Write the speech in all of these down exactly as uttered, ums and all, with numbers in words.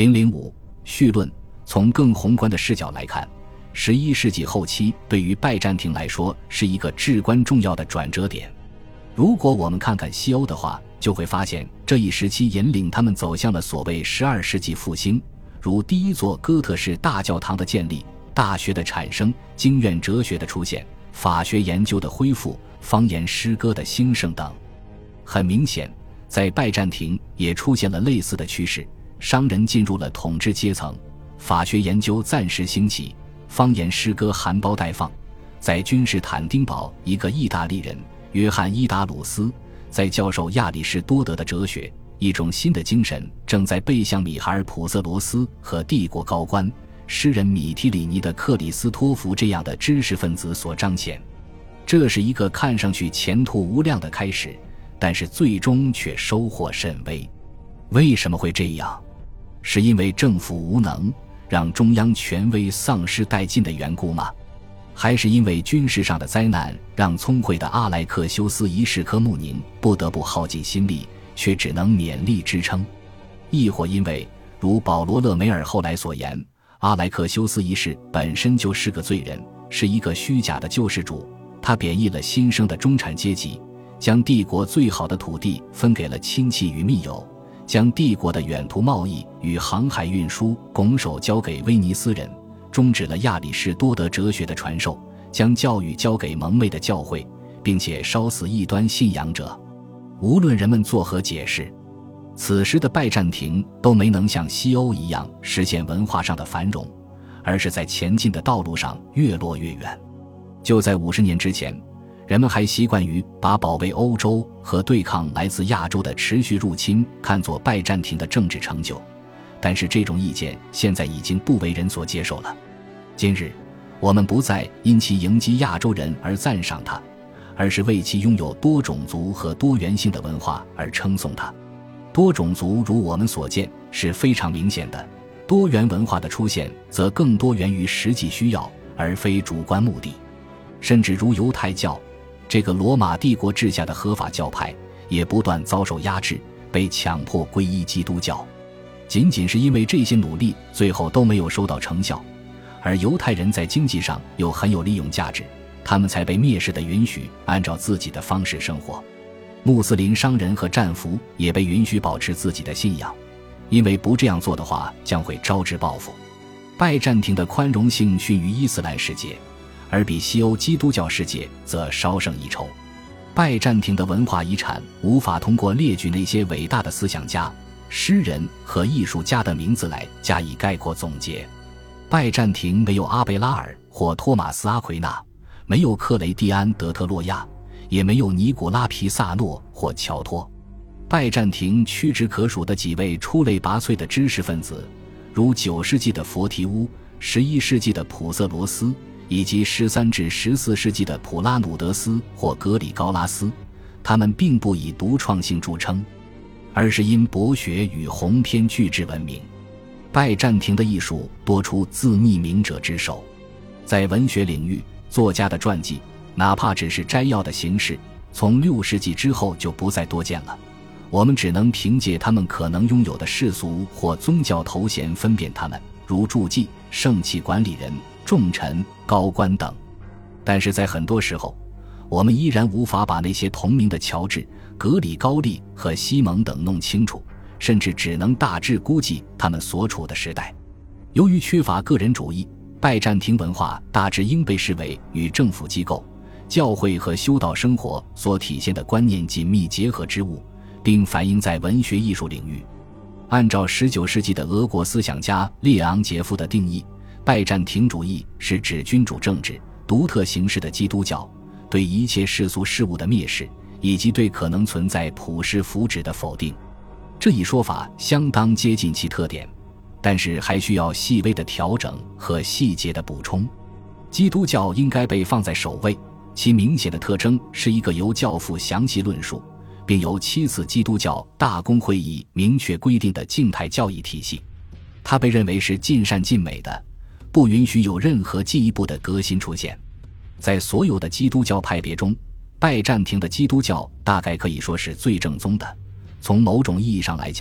零零五绪论。从更宏观的视角来看，十一世纪后期对于拜占庭来说是一个至关重要的转折点。如果我们看看西欧的话，就会发现这一时期引领他们走向了所谓十二世纪复兴，如第一座哥特式大教堂的建立、大学的产生、经院哲学的出现、法学研究的恢复、方言诗歌的兴盛等。很明显，在拜占庭也出现了类似的趋势，商人进入了统治阶层，法学研究暂时兴起，方言诗歌含苞待放。在君士坦丁堡，一个意大利人约翰·伊达鲁斯在教授亚里士多德的哲学，一种新的精神正在被向米哈尔·普瑟罗斯和帝国高官、诗人米提里尼的克里斯托弗这样的知识分子所彰显。这是一个看上去前途无量的开始，但是最终却收获甚微。为什么会这样？是因为政府无能，让中央权威丧失殆尽的缘故吗？还是因为军事上的灾难让聪慧的阿莱克修斯一世科穆宁不得不耗尽心力，却只能勉力支撑？亦或因为如保罗·勒梅尔后来所言，阿莱克修斯一世本身就是个罪人，是一个虚假的救世主，他贬义了新生的中产阶级，将帝国最好的土地分给了亲戚与密友，将帝国的远途贸易与航海运输拱手交给威尼斯人，终止了亚里士多德哲学的传授，将教育交给蒙昧的教会，并且烧死异端信仰者。无论人们作何解释，此时的拜占庭都没能像西欧一样实现文化上的繁荣，而是在前进的道路上越落越远。就在五十年之前，人们还习惯于把保卫欧洲和对抗来自亚洲的持续入侵看作拜占庭的政治成就，但是这种意见现在已经不为人所接受了。今日我们不再因其迎击亚洲人而赞赏它，而是为其拥有多种族和多元性的文化而称颂它。多种族如我们所见是非常明显的，多元文化的出现则更多源于实际需要而非主观目的。甚至如犹太教，这个罗马帝国治下的合法教派，也不断遭受压制，被强迫皈依基督教。仅仅是因为这些努力最后都没有收到成效，而犹太人在经济上又很有利用价值，他们才被蔑视地允许按照自己的方式生活。穆斯林商人和战俘也被允许保持自己的信仰，因为不这样做的话将会招致报复。拜占庭的宽容性逊于伊斯兰世界，而比西欧基督教世界则稍胜一筹。拜占庭的文化遗产无法通过列举那些伟大的思想家、诗人和艺术家的名字来加以概括总结。拜占庭没有阿贝拉尔或托马斯·阿奎那，没有克雷蒂安·德特洛亚，也没有尼古拉·皮萨诺或乔托。拜占庭屈指可数的几位出类拔萃的知识分子，如九世纪的佛提乌、十一世纪的普瑟罗斯，以及十三至十四世纪的普拉努德斯或格里高拉斯，他们并不以独创性著称，而是因博学与鸿篇巨制闻名。拜占庭的艺术多出自匿名者之手，在文学领域，作家的传记，哪怕只是摘要的形式，从六世纪之后就不再多见了。我们只能凭借他们可能拥有的世俗或宗教头衔分辨他们，如注记、圣器管理人、重臣、高官等。但是在很多时候，我们依然无法把那些同名的乔治、格里高利和西蒙等弄清楚，甚至只能大致估计他们所处的时代。由于缺乏个人主义，拜占庭文化大致应被视为与政府机构、教会和修道生活所体现的观念紧密结合之物，并反映在文学艺术领域。按照十九世纪的俄国思想家列昂杰夫的定义，拜占庭主义是指君主政治、独特形式的基督教，对一切世俗事物的蔑视，以及对可能存在普世福祉的否定。这一说法相当接近其特点，但是还需要细微的调整和细节的补充。基督教应该被放在首位，其明显的特征是一个由教父详细论述，并由七次基督教大公会议明确规定的静态教义体系。它被认为是尽善尽美的，不允许有任何进一步的革新出现。在所有的基督教派别中，拜占庭的基督教大概可以说是最正宗的。从某种意义上来讲，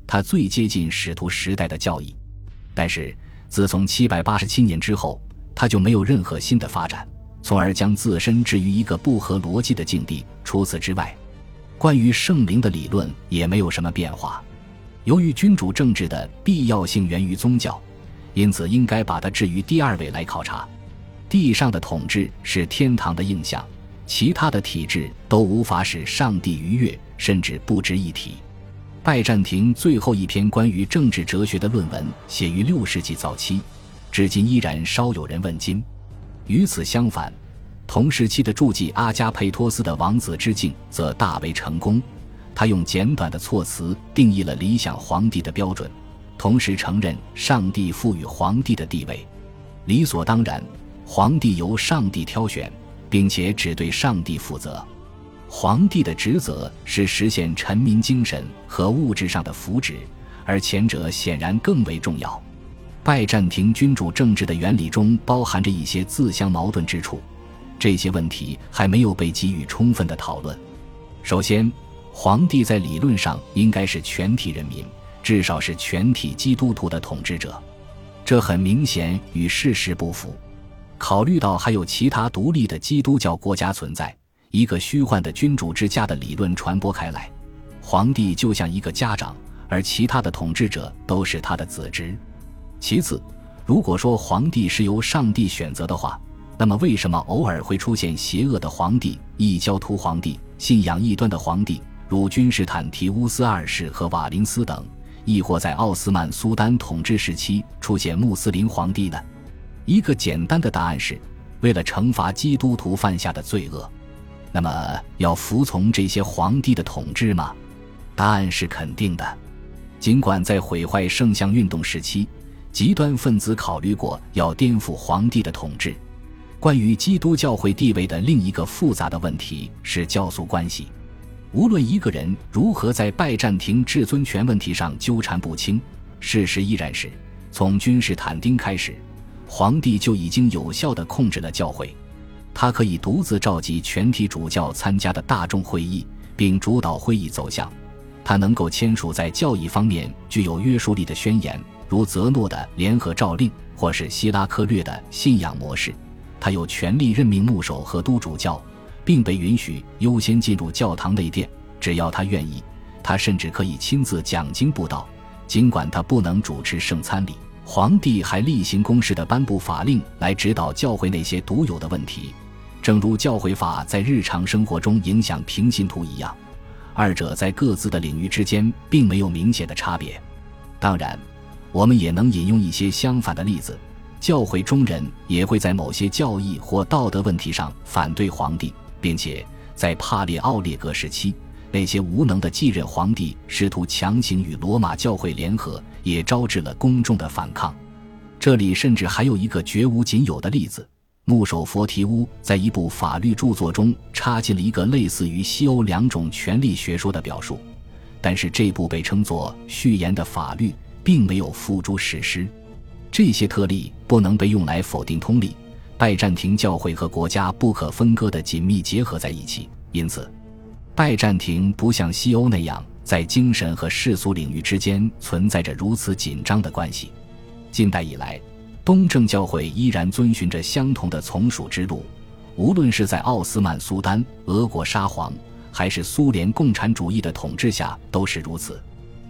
它最接近使徒时代的教义。但是自从七百八十七年之后，它就没有任何新的发展，从而将自身置于一个不合逻辑的境地。除此之外，关于圣灵的理论也没有什么变化。由于君主政治的必要性源于宗教，因此应该把它置于第二位来考察。地上的统治是天堂的映像，其他的体制都无法使上帝愉悦，甚至不值一提。拜占庭最后一篇关于政治哲学的论文写于六世纪早期，至今依然稍有人问津。与此相反，同时期的注记阿加佩托斯的王子之境则大为成功。他用简短的措辞定义了理想皇帝的标准，同时承认上帝赋予皇帝的地位。理所当然，皇帝由上帝挑选，并且只对上帝负责。皇帝的职责是实现臣民精神和物质上的福祉，而前者显然更为重要。拜占庭君主政治的原理中包含着一些自相矛盾之处，这些问题还没有被给予充分的讨论。首先，皇帝在理论上应该是全体人民，至少是全体基督徒的统治者，这很明显与事实不符。考虑到还有其他独立的基督教国家存在，一个虚幻的君主之家的理论传播开来，皇帝就像一个家长，而其他的统治者都是他的子侄。其次，如果说皇帝是由上帝选择的话，那么为什么偶尔会出现邪恶的皇帝、异教徒皇帝、信仰异端的皇帝，如君士坦提乌斯二世和瓦林斯等，亦或在奥斯曼苏丹统治时期出现穆斯林皇帝呢？一个简单的答案是，为了惩罚基督徒犯下的罪恶。那么要服从这些皇帝的统治吗？答案是肯定的。尽管在毁坏圣像运动时期，极端分子考虑过要颠覆皇帝的统治。关于基督教会地位的另一个复杂的问题是教唆关系。无论一个人如何在拜占庭至尊权问题上纠缠不清，事实依然是，从君士坦丁开始，皇帝就已经有效地控制了教会。他可以独自召集全体主教参加的大众会议，并主导会议走向。他能够签署在教义方面具有约束力的宣言，如泽诺的联合诏令，或是希拉克略的信仰模式。他有权力任命牧首和督主教，并被允许优先进入教堂内殿，只要他愿意。他甚至可以亲自讲经布道，尽管他不能主持圣餐礼。皇帝还例行公事地颁布法令来指导教会那些独有的问题，正如教会法在日常生活中影响平信徒一样，二者在各自的领域之间并没有明显的差别。当然，我们也能引用一些相反的例子，教会中人也会在某些教义或道德问题上反对皇帝，并且在帕列奥列格时期，那些无能的继任皇帝试图强行与罗马教会联合，也招致了公众的反抗。这里甚至还有一个绝无仅有的例子，牧首佛提乌在一部法律著作中插进了一个类似于西欧两种权力学说的表述，但是这部被称作序言的法律并没有付诸实施。这些特例不能被用来否定通例，拜占庭教会和国家不可分割地紧密结合在一起，因此拜占庭不像西欧那样在精神和世俗领域之间存在着如此紧张的关系。近代以来，东正教会依然遵循着相同的从属之路，无论是在奥斯曼苏丹、俄国沙皇，还是苏联共产主义的统治下都是如此。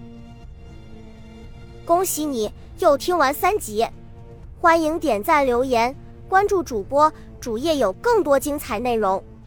恭喜你又听完三集，欢迎点赞留言，关注主播，主页有更多精彩内容。